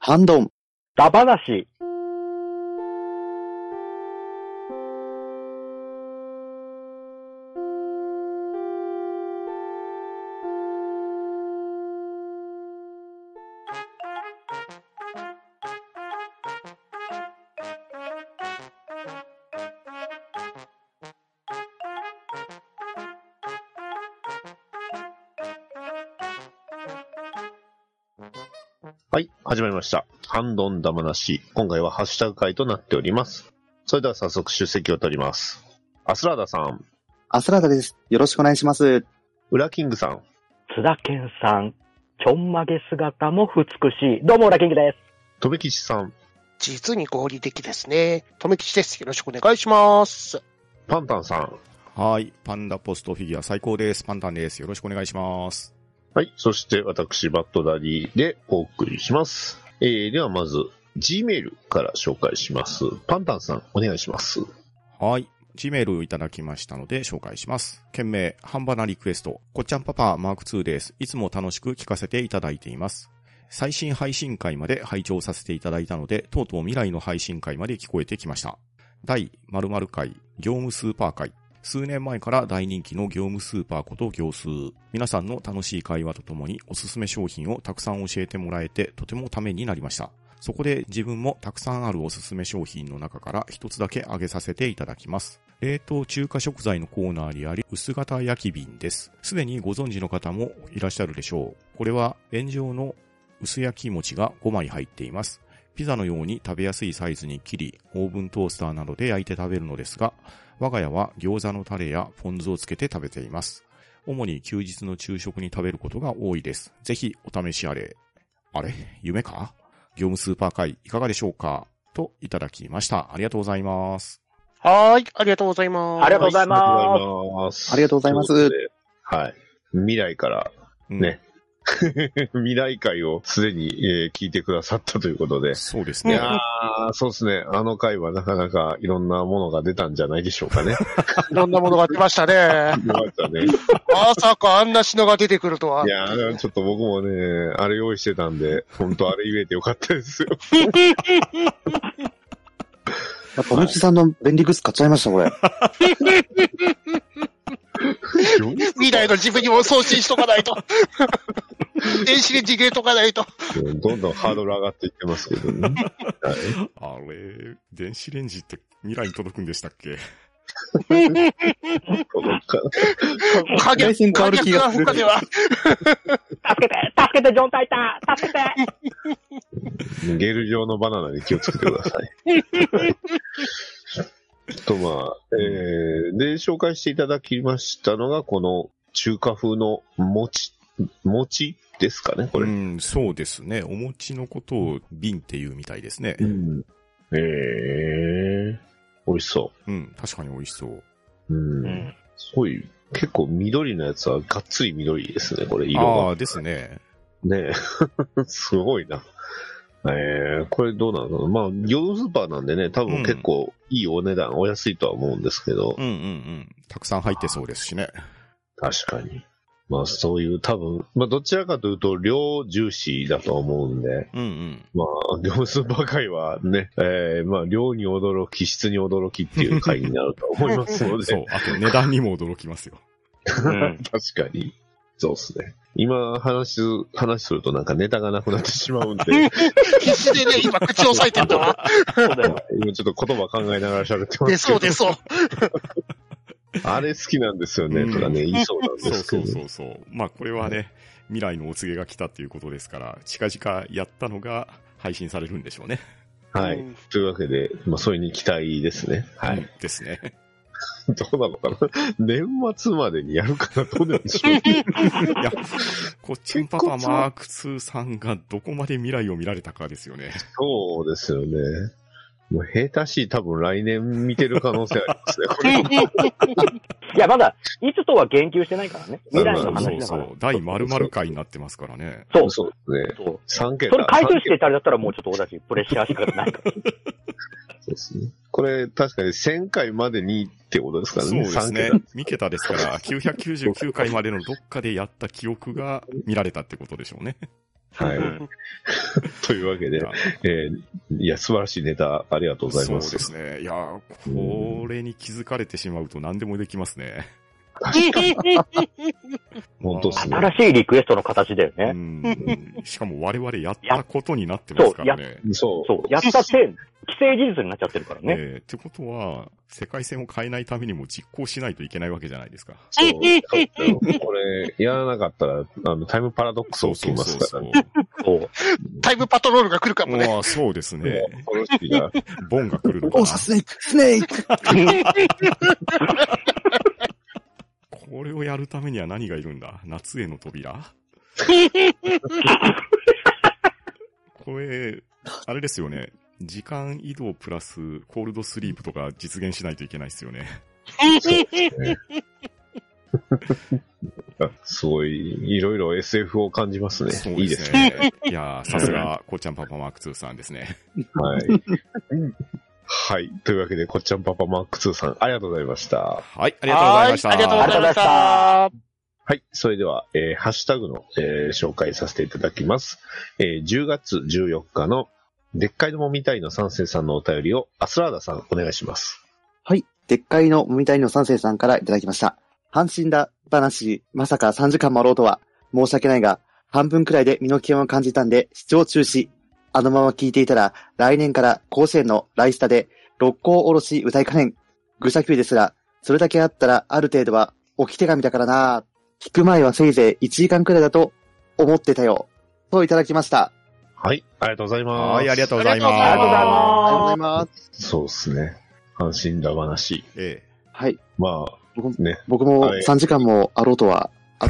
ハンドン。 ダバなし。 はい、始まりました。ハンドンダマなし。今回はハッシュタグ会となっております。それでは早速出席を取ります。アスラーダさん。 アスラーダです。よろしくお願いします。 ウラキングさん。 津田健さん。ちょんまげ姿も美しい。どうも、ウラキングです。 とめきちさん。 実に合理的ですね。とめきちです。よろしくお願いします。 パンタンさん。 はい。パンダポストフィギュア最高です。パンタンです。よろしくお願いします。 はい。そして私、バッドダディでお送りします。ではまず、Gmail から紹介します。パンタンさん、お願いします。 はい。Gmail いただきましたので紹介します。件名、ハンバナリクエスト。こっちゃんパパマーク2です。いつも楽しく聞かせていただいています。最新配信会まで拝聴させていただいたので、とうとう未来の配信会まで聞こえてきました。第〇〇回、業務スーパー会。数年前から大人気の業務スーパーこと業数。皆さんの楽しい会話とともにおすすめ商品をたくさん教えてもらえてとてもためになりました。そこで自分もたくさんあるおすすめ商品の中から一つだけ挙げさせていただきます。冷凍中華食材のコーナーにあり薄型焼き瓶です。すでにご存知の方もいらっしゃるでしょう。これは円状の薄焼き餅が5枚入っています。ピザのように食べやすいサイズに切り、オーブントースターなどで焼いて食べるのですが、我が家は餃子のタレやポン酢をつけて食べています。主に休日の昼食に食べることが多いです。ぜひお試しあれ。あれ？夢か？業務スーパー会いかがでしょうか？といただきました。ありがとうございます。 はい、ありがとうございます。 ありがとうございます。 ありがとうございます。 はい。未来からね、未来会をすでに、聞いてくださったということで。 そうですね。 いやー、そうですね。あの回はなかなかいろんなものが出たんじゃないでしょうかね。 いろんなものが出ましたね。 出ましたね。 まさかあんな品が出てくるとは。 いやー、ちょっと僕もね、あれ用意してたんで、本当あれ言えてよかったですよ。 とめきさんの便利グッズ買っちゃいました、これ。 未来の自分にも送信しとかないと。電子レンジ入れとかないと。 どんどんハードル上がっていってますけどね。はい、 あれ、電子レンジって未来に届くんでしたっけ？ 回線変わる気がする。 助けて、ジョンタイタン助けてゲル状のバナナに気をつけてください。とで、紹介していただきましたのが、この中華風の餅ですかね、これ。 そうですね。お餅のことを瓶っていうみたいですね。 美味しそう。 確かに美味しそう。 すごい、結構緑のやつはがっつり緑ですね、これ、色が。 ですね。 ねすごいな。これどうなの？まあ、業務スーパーなんでね、多分結構いいお値段、お安いとは思うんですけど。 たくさん入ってそうですしね。 確かに。まあ、そういう多分、まあ、どちらかというと、量重視だと思うんで。まあ、業務スーパー会はね、まあ、量に驚き、質に驚きっていう会になると思いますので。 そう、あと値段にも驚きますよ。 確かに。そうですね。今話するとなんかネタがなくなってしまうんで。 必死でね、今口を押さえてるとは。 今ちょっと言葉考えながら喋ってますけど。 出そう。 あれ好きなんですよね、とかね、言いそうなんですけど。 そう。まあこれはね、未来のお告げが来たっていうことですから、近々やったのが配信されるんでしょうね。 はい。というわけで、まあそれに期待ですね。はい。 ですね。 どうなのかな年末までにやるかなどうなんでしょういや、こっちんパパマーク2さんがどこまで未来を見られたかですよね。 そうですよね。もう下手しい多分来年見てる可能性ありますね、これ。 いや、まだ、いつとは言及してないからね。未来の話だから。 そう。第〇〇回になってますからね。 そうですね。3桁。 それ回答してたりだったらもうちょっと私、プレッシャーしかないから。 そうですね。これ、確かに1000回までにってことですからね。 そうですね。3桁ですから、999回までのどっかでやった記憶が見られたってことでしょうね。 はい。というわけで、いや、素晴らしいネタ、ありがとうございます。 そうですね。いや、これに気づかれてしまうと何でもできますね。 本当ですね。 新しいリクエストの形だよね。 しかも我々やったことになってますからね。 そう。やったって既成事実になっちゃってるからね。 ってことは、世界線を変えないためにも実行しないといけないわけじゃないですか。 そう。これ、やらなかったら、タイムパラドックス起きますからね。 そう。 タイムパトロールが来るかもね。 そうですね。 ボンが来るのかな。 スネークこれをやるためには何がいるんだ？夏への扉これ、あれですよね。時間移動プラスコールドスリープとか実現しないといけないですよね。 そうですね。すごい、いろいろ SF を感じますね。 そうですね。 いいですね。 いやー、さすが、こっちゃんパパマーク2さんですね。 はい。はい。というわけで、こっちゃんパパマーク2さん、ありがとうございました。 はい、ありがとうございました。 ありがとうございました。 はい。それでは、ハッシュタグの、紹介させていただきます。10月14日の、でっかいのもみたいの三世さんのお便りを、アスラーダさん、お願いします。 はい。でっかいのもみたいの三世さんからいただきました。阪神だ話、まさか3時間もあろうとは、申し訳ないが、半分くらいで身の危険を感じたんで、視聴中止。あのまま聞いていたら、来年から甲子園のライスタで、六甲おろし歌いかねん。愚者級ですが、それだけあったら、ある程度は、置き手紙だからな。聞く前はせいぜい1時間くらいだと、思ってたよ。といただきました。 はい、ありがとうございます。 はい、ありがとうございます。 ありがとうございます。 ありがとうございます。 そうですね。阪神だ話。 はい。 まあ、 僕も3時間もあろうとは。 あ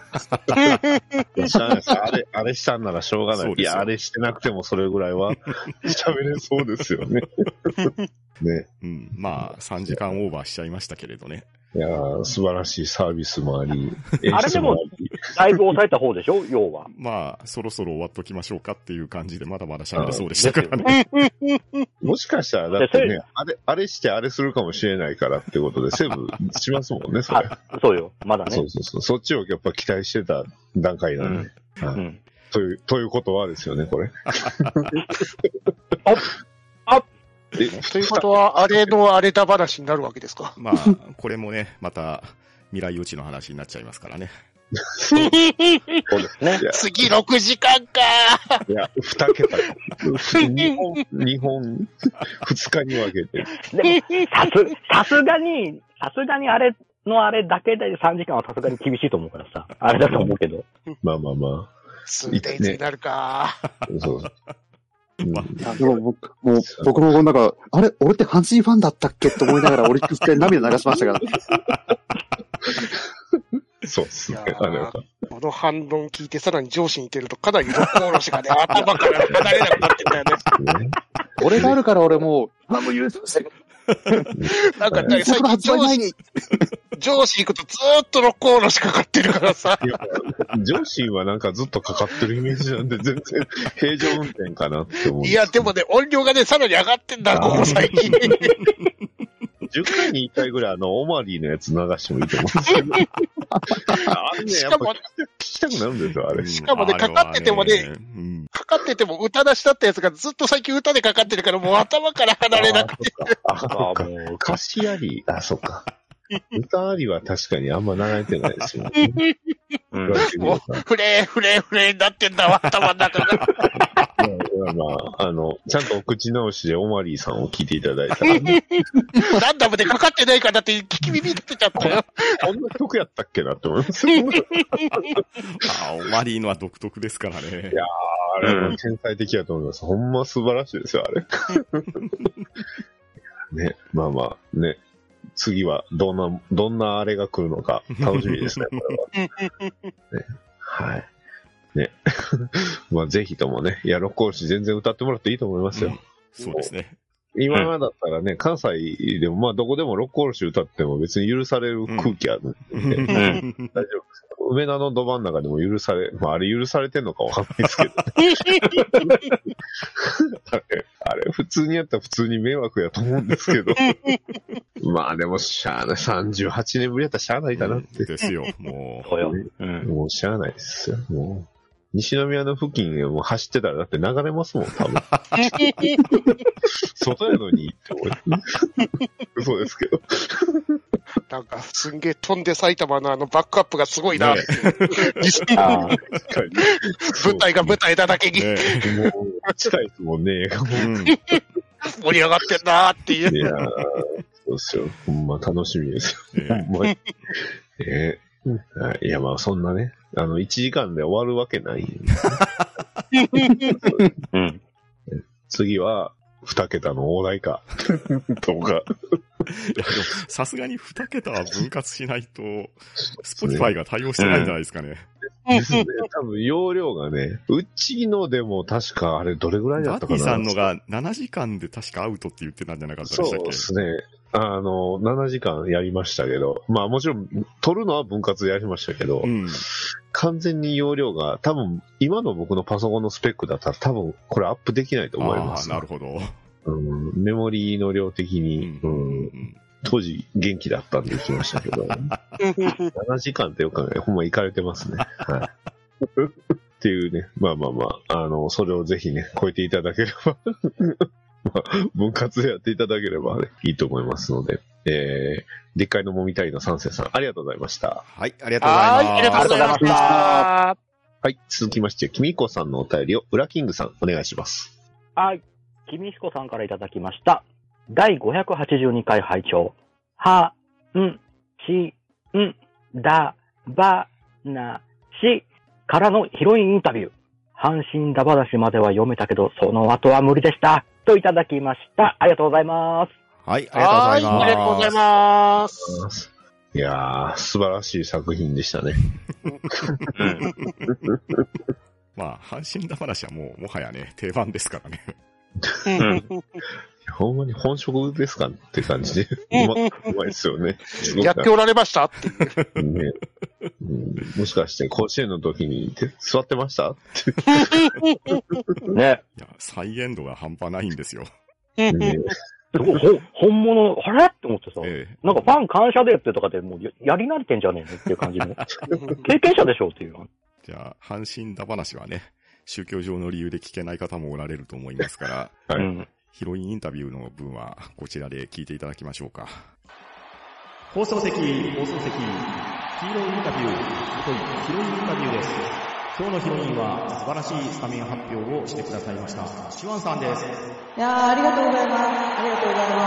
れしたんならしょうがない。いや、あれしてなくてもそれぐらいは喋れそうですよね。ね。 まあ、3時間オーバーしちゃいましたけれどね。 いやー、素晴らしいサービスもあり、 あれでも、だいぶ抑えた方でしょ要は。 まあ、そろそろ終わっときましょうかっていう感じで、まだまだ喋れそうでしたからね。 もしかしたら、だってね、あれしてあれするかもしれないからってことで、セーブしますもんね、それ。 そうよ、まだね。 そう。そっちをやっぱ期待してた段階なんで。ということはですよね、これ。 ということは、あれのあれだ話になるわけですか。 まあ、これもね、また、未来予知の話になっちゃいますからね。 そうですね。 次6時間か。 いや、2桁。2本、2日に分けて。 でも、さすがにあれのあれだけで3時間はさすがに厳しいと思うからさ。あれだと思うけど。 まあ。 数日になるか。 そう。 僕もなんか、あれ俺って阪神ファンだったっけと思いながらオリックスで涙流しましたから。 そうっすね。 この反論聞いてさらに上司に行ってるとかなり六甲おろしがね、頭から離れなくなってんだよね。 俺があるから俺もう、もう優勝してる。 なんかね、最近上司行くとずーっと六甲おろしかかってるからさ。 上司はなんかずっとかかってるイメージなんで、全然平常運転かなって思う。 いや、でもね、音量がね、さらに上がってんだ、ここ最近。 10回に1回ぐらいオマリーのやつ流してもいいと思うんですけど。あれね、やっぱ聞きたくなるんですよ、あれ。 しかもね、かかっててもね、かかってても歌出しだったやつがずっと最近歌でかかってるからもう頭から離れなくて。 もう歌詞あり、そっか。歌ありは確かにあんま流れてないですよね。 もう、フレーになってんだわ、頭の中が。 ちゃんとお口直しでオマリーさんを聞いていただいたら、ね。 ランダムでかかってないからだって聞き耳立てちゃったよ。 こんな曲やったっけなって思います。 オマリーのは独特ですからね。 いやあれは天才的だと思います。ほんま素晴らしいですよ、あれ。ね、ね。次はどんなあれが来るのか楽しみですね、これは。ね、はい。ね。ぜひともね、六甲おろし全然歌ってもらっていいと思いますよ。 そうですね。 今だったらね、関西でもどこでも六甲おろし歌っても別に許される空気あるんで、大丈夫です。梅田のど真ん中でも許され、あれ許されてんのかわかんないですけど。あれ普通にやったら普通に迷惑やと思うんですけど。でもしゃあない。38年ぶりやったらしゃあないかなって。 ですよ、もう。もうしゃあないですよ。も西宮の付近を走ってたらだって流れますもん、多分。外やのにって思う。嘘ですけど。 なんか、すんげえ飛んで埼玉のバックアップがすごいな。 ね舞台が舞台だだけに、 ねもう、近いですもんね、映画も。 盛り上がってんなーっていう。 いやー、そうっすよ。ほんま楽しみですよ。ほんまに。いや、まあ、そんなね、1時間で終わるわけない。 うん。 次は、2桁の大台か。とか。 いや、でも、さすがに2桁は分割しないと、Spotify が対応してないんじゃないですかね。 ですね。多分、容量がね、うちのでも確か、あれ、どれぐらいだったかな。 ダディさんのが7時間で確かアウトって言ってたんじゃなかったでしたっけ？ そうですね。7時間やりましたけど、まあもちろん、撮るのは分割でやりましたけど、完全に容量が、多分、今の僕のパソコンのスペックだったら多分、これアップできないと思います。 なるほど。 メモリーの量的に、当時元気だったんで行きましたけど、7時間ってよく考え、ほんま行かれてますね。はい。っていうね、まあ、それをぜひね、超えていただければ、まあ、分割でやっていただければ、ね、いいと思いますので、でっかいのもみたいの三世さん、ありがとうございました。 はい、ありがとうございます。 ありがとうございました。 はい、続きまして、きみこさんのお便りを、ウラキングさん、お願いします。 はい。きみひこさんからいただきました。第582回拝聴。は、ん、し、ん、だ、ば、な、しからのヒロインインタビュー。阪神だ話までは読めたけど、その後は無理でした。といただきました。ありがとうございます。 はい、ありがとうございます。 ありがとうございます。 いやー、素晴らしい作品でしたね。 まあ、阪神だ話はもはやね、定番ですからね。 ほんまに本職ですかって感じで、うまいですよね。 やっておられましたっていう、 ねもしかして甲子園の時に座ってましたってね。 いや、再現度が半端ないんですよ。 ね本物、あれって思ってさ、なんかファン感謝デーってとかでもうやり慣れてんじゃねえのっていう感じの。経験者でしょっていう。 じゃあ、阪神だ話はね、宗教上の理由で聞けない方もおられると思いますから、はい、ヒロインインタビューの分はこちらで聞いていただきましょうか。放送席、ヒーローインタビュー、ヒロインインタビューです。今日のヒロインは素晴らしいスタメン発表をしてくださいました。シュワンさんです。 いやー、ありがとうございます。ありがとうございます。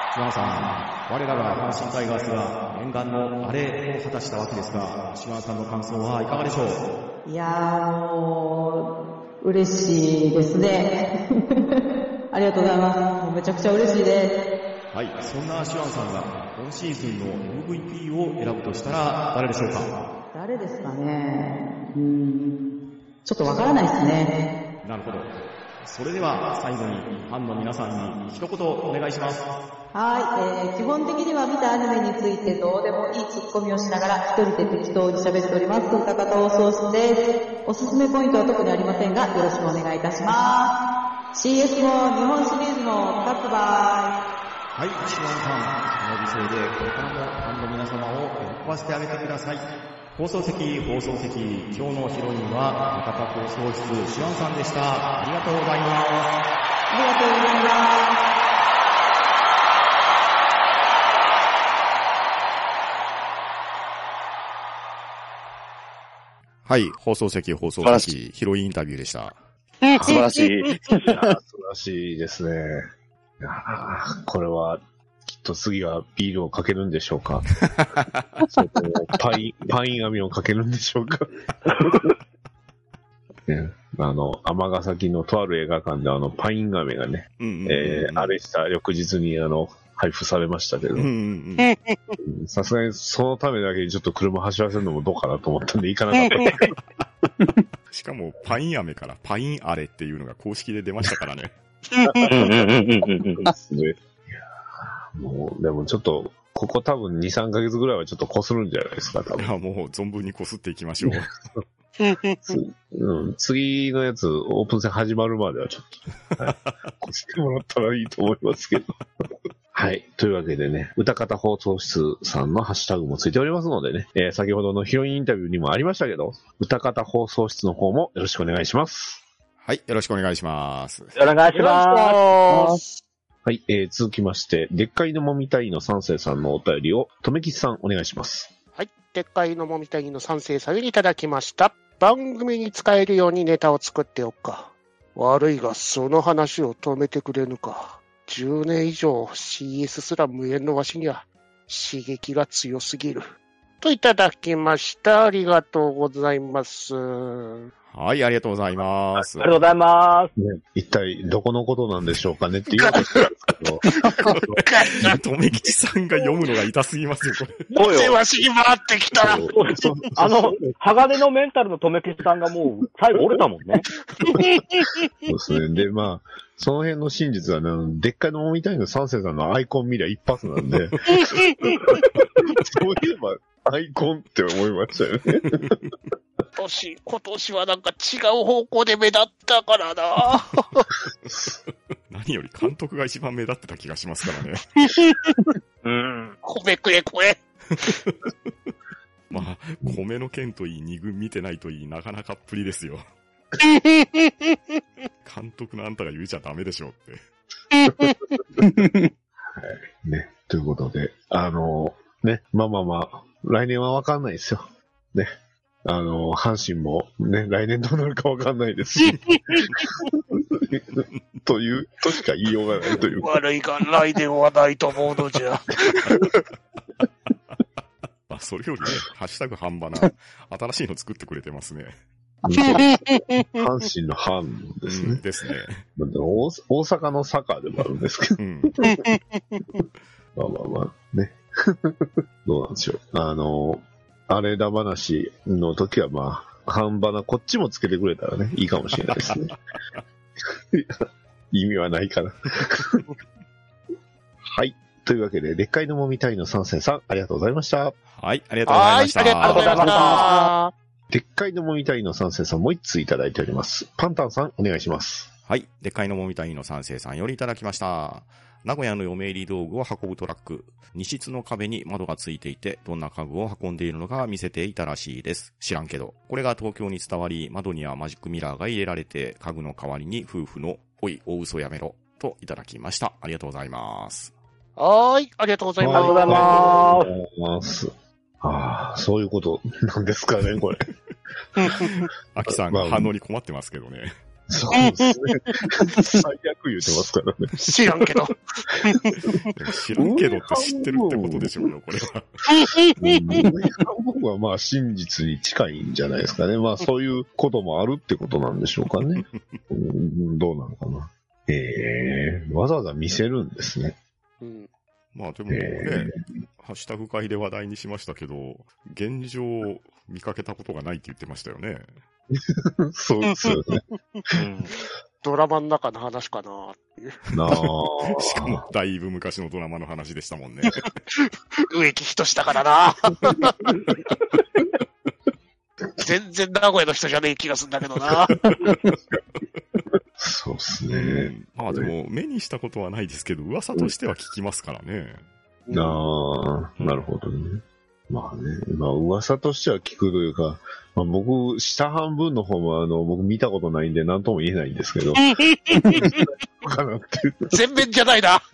シュワンさん、我らが阪神タイガースが念願のアレを果たしたわけですが、シュワンさんの感想はいかがでしょう？ いやー、もう、嬉しいですね。ありがとうございます。もうめちゃくちゃ嬉しいです。 はい、そんなシュワンさんが今シーズンの MVP を選ぶとしたら誰でしょうか？ 誰ですかね。ちょっとわからないですね。 なるほど。それでは最後にファンの皆さんに一言お願いします。 はい、基本的には見たアニメについてどうでもいいツッコミをしながら一人で適当に喋っております。高方放送室です。おすすめポイントは特にありませんがよろしくお願いいたします。CS も日本シリーズもカットバイ。 はい、シュワンさん、その美声でこれからもファンの皆様を喜ばせてあげてください。放送席、今日のヒロインは高田放送室シュワンさんでした。ありがとうございます。 ありがとうございます。 はい、放送席、ヒロインインタビューでした。 素晴らしい。 素晴らしいですね。いやこれは、きっと次はビールをかけるんでしょうか。それともパイン網をかけるんでしょうか。ね、尼崎のとある映画館でパイン飴がね、あれした翌日に配布されましたけど、さすがにそのためだけにちょっと車走らせるのもどうかなと思ったんで行かなかった。 しかもパイン飴からパインアレっていうのが公式で出ましたからね。 もう、でもちょっと、ここ多分2、3ヶ月ぐらいはちょっと擦るんじゃないですか、多分。 いや、もう存分に擦っていきましょう。 次のやつ、オープン戦始まるまではちょっと、擦ってもらったらいいと思いますけど。ははい。というわけでね、歌方放送室さんのハッシュタグもついておりますのでね、先ほどのヒロインインタビューにもありましたけど、歌方放送室の方もよろしくお願いします。 はい、よろしくお願いします。 お願いします。 はい、続きまして、でっかいのもみたいの三世さんのお便りを、とめきちさんお願いします。 はい、でっかいのもみたいの三世さんよりいただきました。番組に使えるようにネタを作っておくか。悪いが、その話を止めてくれぬか。10年以上 CS すら無縁のわしには刺激が強すぎる。といただきました。ありがとうございます。 はい、ありがとうございます。 ありがとうございます。 ね、一体どこのことなんでしょうかねって言おうとしたんですけど。 とめきちさんが読むのが痛すぎますよ、これ。 なぜわしに回ってきた。 鋼のメンタルのとめきちさんがもう最後折れたもんね。 そうですね。で、まあ、その辺の真実はね、でっかいのもみたいの三世さんのアイコン見りゃ一発なんで。そういえば、アイコンって思いましたよね。 今年はなんか違う方向で目立ったからな。 何より監督が一番目立ってた気がしますからね。 米食え食え。 まあ、米の剣といい、二軍見てないといい、なかなかっぷりですよ。監督のあんたが言うちゃダメでしょうって。 はい。ね。ということで、ね、まあ、来年はわかんないですよ。ね。阪神もね、来年どうなるかわかんないですし。としか言いようがないというか。 悪いが、来年はないと思うのじゃ。 まあ、それよりね、ハッシュタグ半ばな、新しいの作ってくれてますね。 阪神の阪ですね。 ですね。 大阪の坂でもあるんですけど。まあ、ね。どうなんでしょう。あれだ話の時はまあ、半ばな、こっちもつけてくれたらね、いいかもしれないですね。意味はないかな。はい。というわけで、でっかいのもみたいの三世さん、ありがとうございました。 はい、ありがとうございました。 ありがとうございました。 でっかいのもみたいの三世さんもう一通いただいております。パンタンさん、お願いします。 はい、でっかいのもみたいの三世さんよりいただきました。名古屋の嫁入り道具を運ぶトラック。荷室の壁に窓がついていて、どんな家具を運んでいるのか見せていたらしいです。知らんけど。これが東京に伝わり、窓にはマジックミラーが入れられて、家具の代わりに夫婦の、おい、大嘘やめろ、といただきました。ありがとうございます。 はい、ありがとうございます。 ありがとうございます。 ああ、そういうことなんですかね、これ。 秋さんが反応に困ってますけどね。 そうですね。最悪言ってますからね。 知らんけど。 知らんけどって知ってるってことでしょうよ、これは。 僕はまあ真実に近いんじゃないですかね。まあそういうこともあるってことなんでしょうかね。どうなのかな。わざわざ見せるんですね。 まあでもね、ハッシュタグ会で話題にしましたけど、現状見かけたことがないって言ってましたよね。 そうですよね。 ドラマの中の話かなっていう。 しかもだいぶ昔のドラマの話でしたもんね。 植木仁だからな。全然名古屋の人じゃねえ気がするんだけどな。 そうですね。 まあでも目にしたことはないですけど、噂としては聞きますからね。 なるほどね。まあね、まあ噂としては聞くというか、まあ、僕、下半分の方も僕見たことないんで何とも言えないんですけど。 全面じゃないな。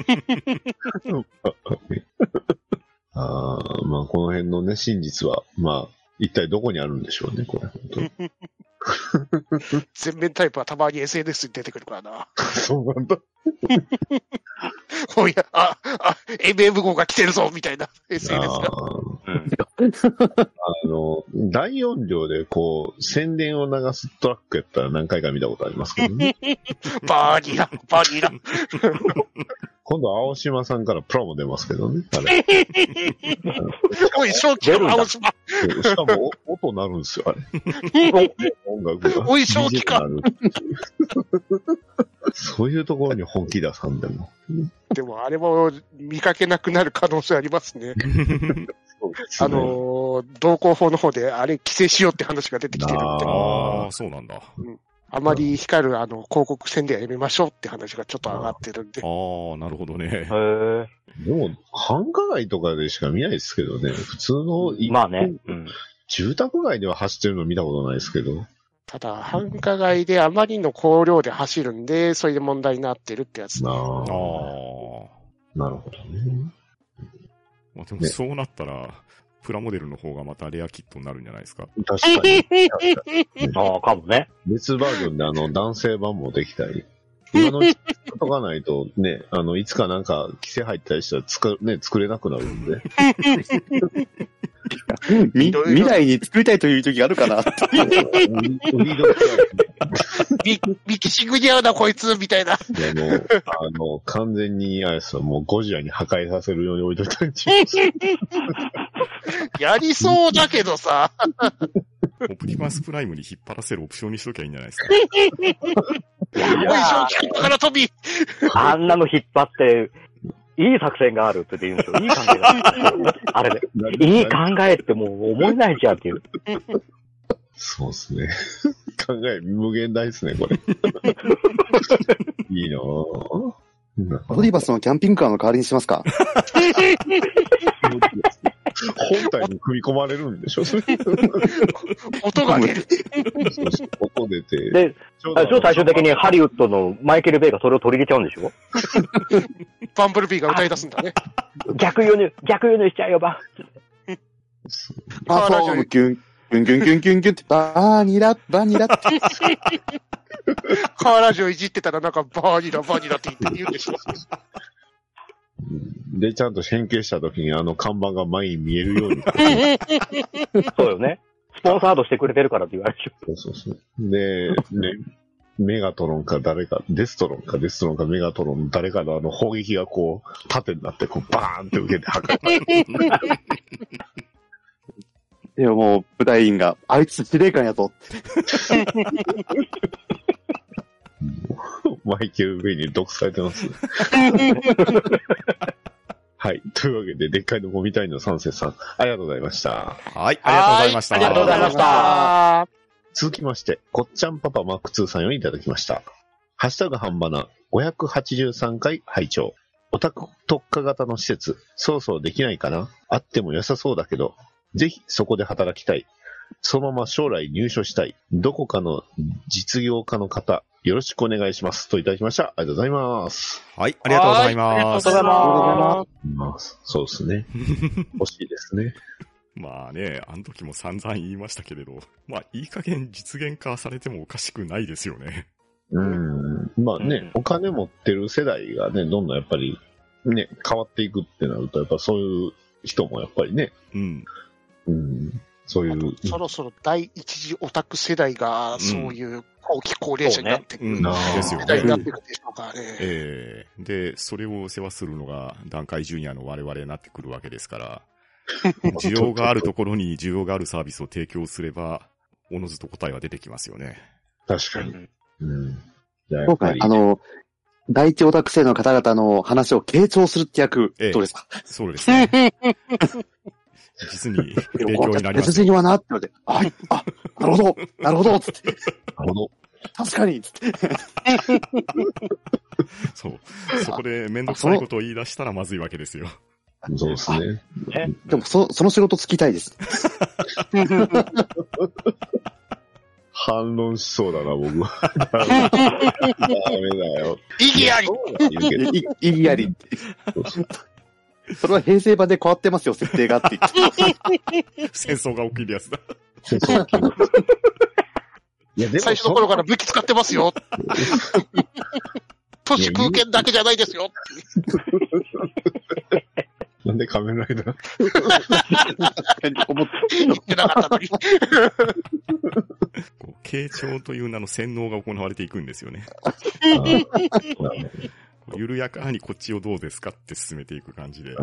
まあこの辺のね、真実は、まあ、一体どこにあるんでしょうね、これ、本当に。 全面タイプはたまに SNS に出てくるからな。 そうなんだ。 おや、MM 号が来てるぞ、みたいな SNS が。 大音量でこう、宣伝を流すトラックやったら何回か見たことありますけどね。 バーニラ。 今度、青島さんからプラも出ますけどね。あれ。 おい、正気の青島。 しかも、音鳴るんですよ、あれ。音楽が。 おい、正気か。 そういうところに本気出さんでも。 でも、あれも見かけなくなる可能性ありますね。道交法の方で、あれ規制しようって話が出てきてるんで。 ああ、そうなんだ。 あまり光る広告宣伝はやめましょうって話がちょっと上がってるんで。 ああ、なるほどね。 へー。 でも、繁華街とかでしか見ないですけどね。普通の、 まあね。うん。 住宅街では走ってるの見たことないですけど。 ただ、繁華街であまりの光量で走るんで、それで問題になってるってやつ。 ああ。 なるほどね。 まあ、でもそうなったら、プラモデルの方がまたレアキットになるんじゃないですか。 確かに。 ああ、かもね。 別バージョンで男性版もできたり。今のうちとかないとね、いつかなんか規制入ったりしたら作れなくなるんで。 未来に作りたいという時があるかなって。 ミキシングに合うな、こいつみたいな。 いや、もう、完全に、あれですよ、もうゴジラに破壊させるように置いといたんちゃう。 やりそうだけどさ。 オプティマスプライムに引っ張らせるオプションにしときゃいいんじゃないですか。 おいしょ、から飛び。 あんなの引っ張って、いい作戦があるって言うんでしょ。いい考えがある。あれで。いい考えってもう思えないじゃんっていう。 そうですね。考え無限大ですね、これ。いいなぁ。 オリバスのキャンピングカーの代わりにしますか？ 本体に組み込まれるんでしょ、それ。 音が出る。 音出て。 で、最終的にハリウッドのマイケル・ベイがそれを取り入れちゃうんでしょ？ バンブルビーが歌い出すんだね。 逆輸入しちゃうよ、バあ、そう、キュンキュンキュンキュンキュンキュンって、バニラって。 カーラジオいじってたらなんかバニラって言うんでしょ。 で、ちゃんと変形した時に看板が前に見えるように。 そうよね。スポンサードしてくれてるからって言われる。 そう。で、ね、メガトロンか誰か、デストロンかメガトロン、誰かの砲撃がこう、縦になってこう、バーンって受けて破壊。 でももう、部隊員が、あいつ司令官やと。 マイケル・ベイに毒されてます。はい。というわけで、でっかいのゴミ隊員の三世さん、ありがとうございました。 はい、ありがとうございました。 ありがとうございました。 続きまして、こっちゃんパパマーク2さんよりいただきました。ハッシュタグ半ばな583回拝聴。オタク特化型の施設、そろそろできないかな？あっても良さそうだけど、ぜひそこで働きたい。そのまま将来入所したい。どこかの実業家の方、よろしくお願いします。といただきました。ありがとうございます。 はい、ありがとうございます。 ありがとうございます。そうですね。欲しいですね。 まあね、あの時も散々言いましたけれど、まあいい加減実現化されてもおかしくないですよね。 まあね、お金持ってる世代がね、どんどんやっぱりね、変わっていくってなると、やっぱそういう人もやっぱりね、そういう。 そろそろ第一次オタク世代が、そういう後期高齢者になってくる、世代になっていくでしょうからね。 で、それを世話するのが団塊ジュニアの我々になってくるわけですから、需要があるところに需要があるサービスを提供すれば、おのずと答えは出てきますよね。 確かに。 今回、第一オタク生の方々の話を傾聴するって役、どうですか？ そうですね。実に勉強になります。 別人はなって言われて、なるほど、つって。 なるほど。 確かに、つって。 そう。そこでめんどくさいことを言い出したらまずいわけですよ。 そうですね。 でも、その仕事つきたいです。 反論しそうだな、僕は。ダメだよ。 意義あり意義ありって。それは平成版で変わってますよ、設定がって言って。 戦争が起きるやつだ。 いやでも最初の頃から武器使ってますよ。都市空間だけじゃないですよ。 なんで仮面ライダー言ってなかったのに。 傾聴という名の洗脳が行われていくんですよね。緩やかにこっちをどうですかって進めていく感じで。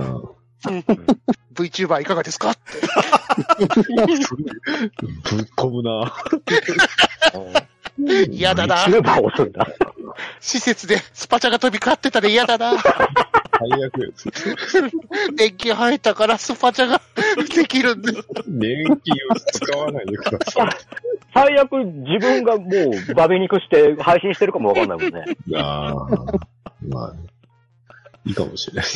VTuber いかがですかって。 ぶっ込むな。 嫌だな。施設でスパチャが飛び交ってたら嫌だな。 最悪です。 年金生えたからスパチャができるんで。 年金を使わないでください。 最悪自分がもうバビ肉して配信してるかもわかんないもんね。 ああ、まあ、いいかもしれないです。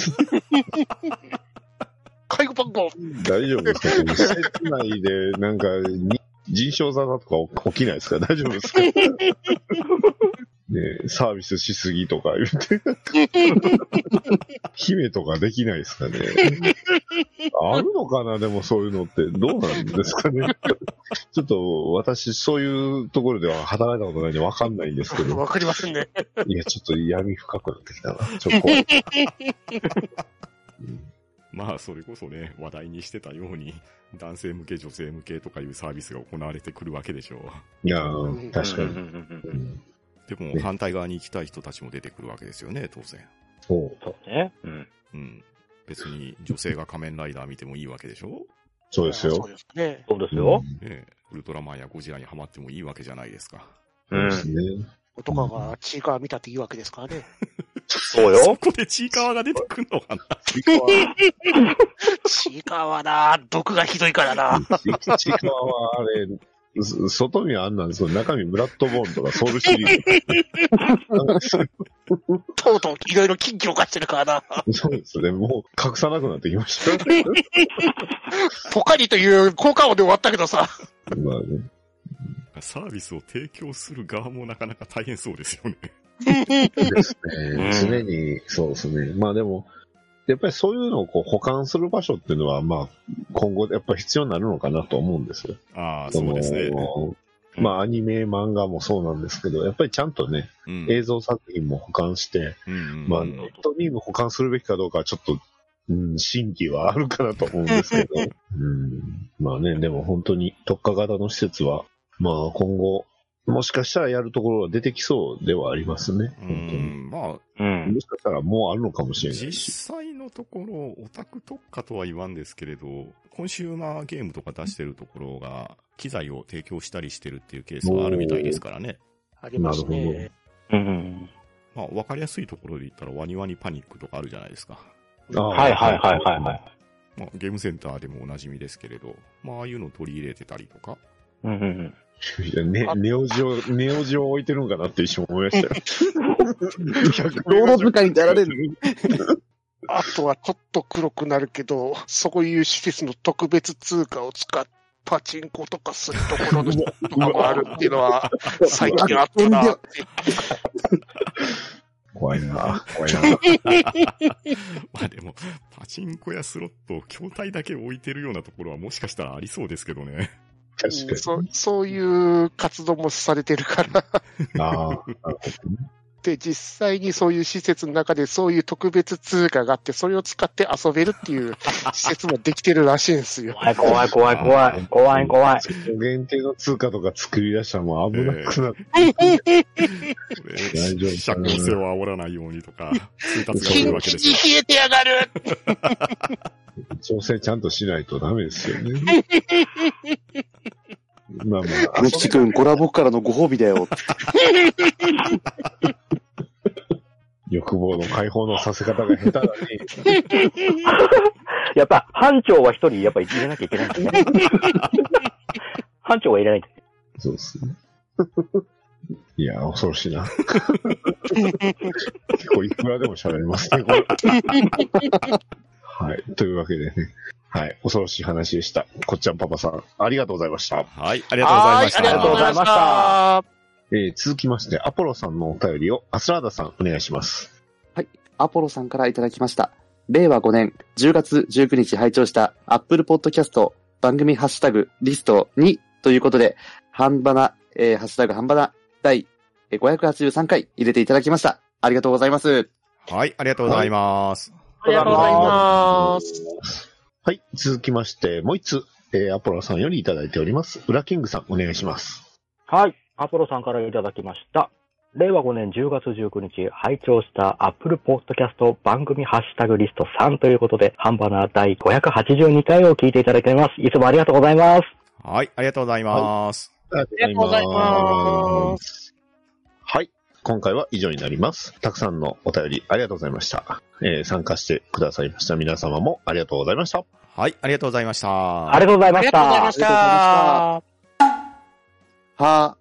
介護番号大丈夫ですか？施設内でなんか人傷沙汰とか起きないですか？大丈夫ですか？ね、サービスしすぎとか言って。姫とかできないですかね。あるのかな、でもそういうのって。どうなんですかね。ちょっと私、そういうところでは働いたことないんでわかんないんですけど。 わかりませんね。 いや、ちょっと闇深くなってきたな。ちょっと怖い。 まあ、それこそね、話題にしてたように、男性向け、女性向けとかいうサービスが行われてくるわけでしょう。 いやー、確かに。 でも、反対側に行きたい人たちも出てくるわけですよね、当然。 そうね。 うん。別に女性が仮面ライダー見てもいいわけでしょ？ そうですよ。 そうですね。 そうですよ。 ね、ウルトラマンやゴジラにハマってもいいわけじゃないですか。 そうですね。 男がチーカー見たっていいわけですからね。 そうよ。 そこでチーカーが出てくるのかな？ チーカーはな、毒がひどいからな。 チカはあれ、外見はあんなんですよ。中身ブラッドボーンとかソウルシリーズ。 とうとういろいろ禁忌を犯してるからな。 そうですね。もう隠さなくなってきました。 ポカリという効果音で終わったけどさ。 まあね。 サービスを提供する側もなかなか大変そうですよね。 ですね。常に、そうですね。まあでも、やっぱりそういうのをこう保管する場所っていうのは、まあ、今後やっぱり必要になるのかなと思うんですよ。 ああ、そうですね。 まあ、アニメ、漫画もそうなんですけど、やっぱりちゃんとね、映像作品も保管して、まあ、ネットにも保管するべきかどうかはちょっと、審議はあるかなと思うんですけど、まあね、でも本当に特化型の施設は、まあ今後、もしかしたらやるところは出てきそうではありますね。 まあ、もしかしたらもうあるのかもしれない。 実際のところ、オタク特化とは言わんですけれど、コンシューマーゲームとか出してるところが、機材を提供したりしてるっていうケースはあるみたいですからね。 ありますね。 まあ、わかりやすいところで言ったら、ワニワニパニックとかあるじゃないですか。 はいはいはいはい。 まあ、ゲームセンターでもおなじみですけれど、まあ、ああいうのを取り入れてたりとか。 いや、ネオジオ置いてるんかなって一瞬思いましたよ。 道路使いにやられる。 あとはちょっと黒くなるけど、そういう施設の特別通貨を使ってパチンコとかするところとかもあるっていうのは、最近あったな。 怖いな。怖いな。 まあでも、パチンコやスロット、筐体だけ置いてるようなところはもしかしたらありそうですけどね。 確かに。 そういう活動もされてるから。で、実際にそういう施設の中でそういう特別通貨があって、それを使って遊べるっていう施設もできてるらしいんですよ。 怖い。 限定の通貨とか作り出したらもう危なくなって。 大丈夫。社交性を煽らないようにとか、通達が出るわけですよ。 キンキに冷えてやがる調整ちゃんとしないとダメですよね。まあまあ。 むっちくん、これは僕からのご褒美だよ。 欲望の解放のさせ方が下手だね。 やっぱ、班長は一人やっぱ入れなきゃいけないんだね。班長は入れないと。 そうですね。いや、恐ろしいな。結構いくらでも喋れますね、これ。はい。というわけでね。はい。恐ろしい話でした。こっちゃんパパさん、ありがとうございました。 はい。ありがとうございました。 ありがとうございました。 続きまして、アポロさんのお便りをアスラーダさん、お願いします。 はい。アポロさんからいただきました。令和5年10月19日拝聴したアップルポッドキャスト番組ハッシュタグリスト2ということで、ハッシュタグ半ばな第583回入れていただきました。ありがとうございます。 はい。ありがとうございます。 ありがとうございます。 はい。続きまして、もう一つ、アポロさんよりいただいております。ウラキングさん、お願いします。 はい。アポロさんからいただきました。令和5年10月19日、拝聴したアップルポッドキャスト番組ハッシュタグリスト3ということで、ハンバナ第582回を聞いていただいています。いつもありがとうございます。 はい。ありがとうございます。 はい、ありがとうございます。はい。今回は以上になります。たくさんのお便りありがとうございました。参加してくださいました皆様もありがとうございました。 はい。ありがとうございました。 ありがとうございました。 ありがとうございました。 は、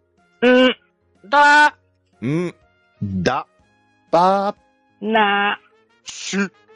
だ、 だ、 ば、 な、 し、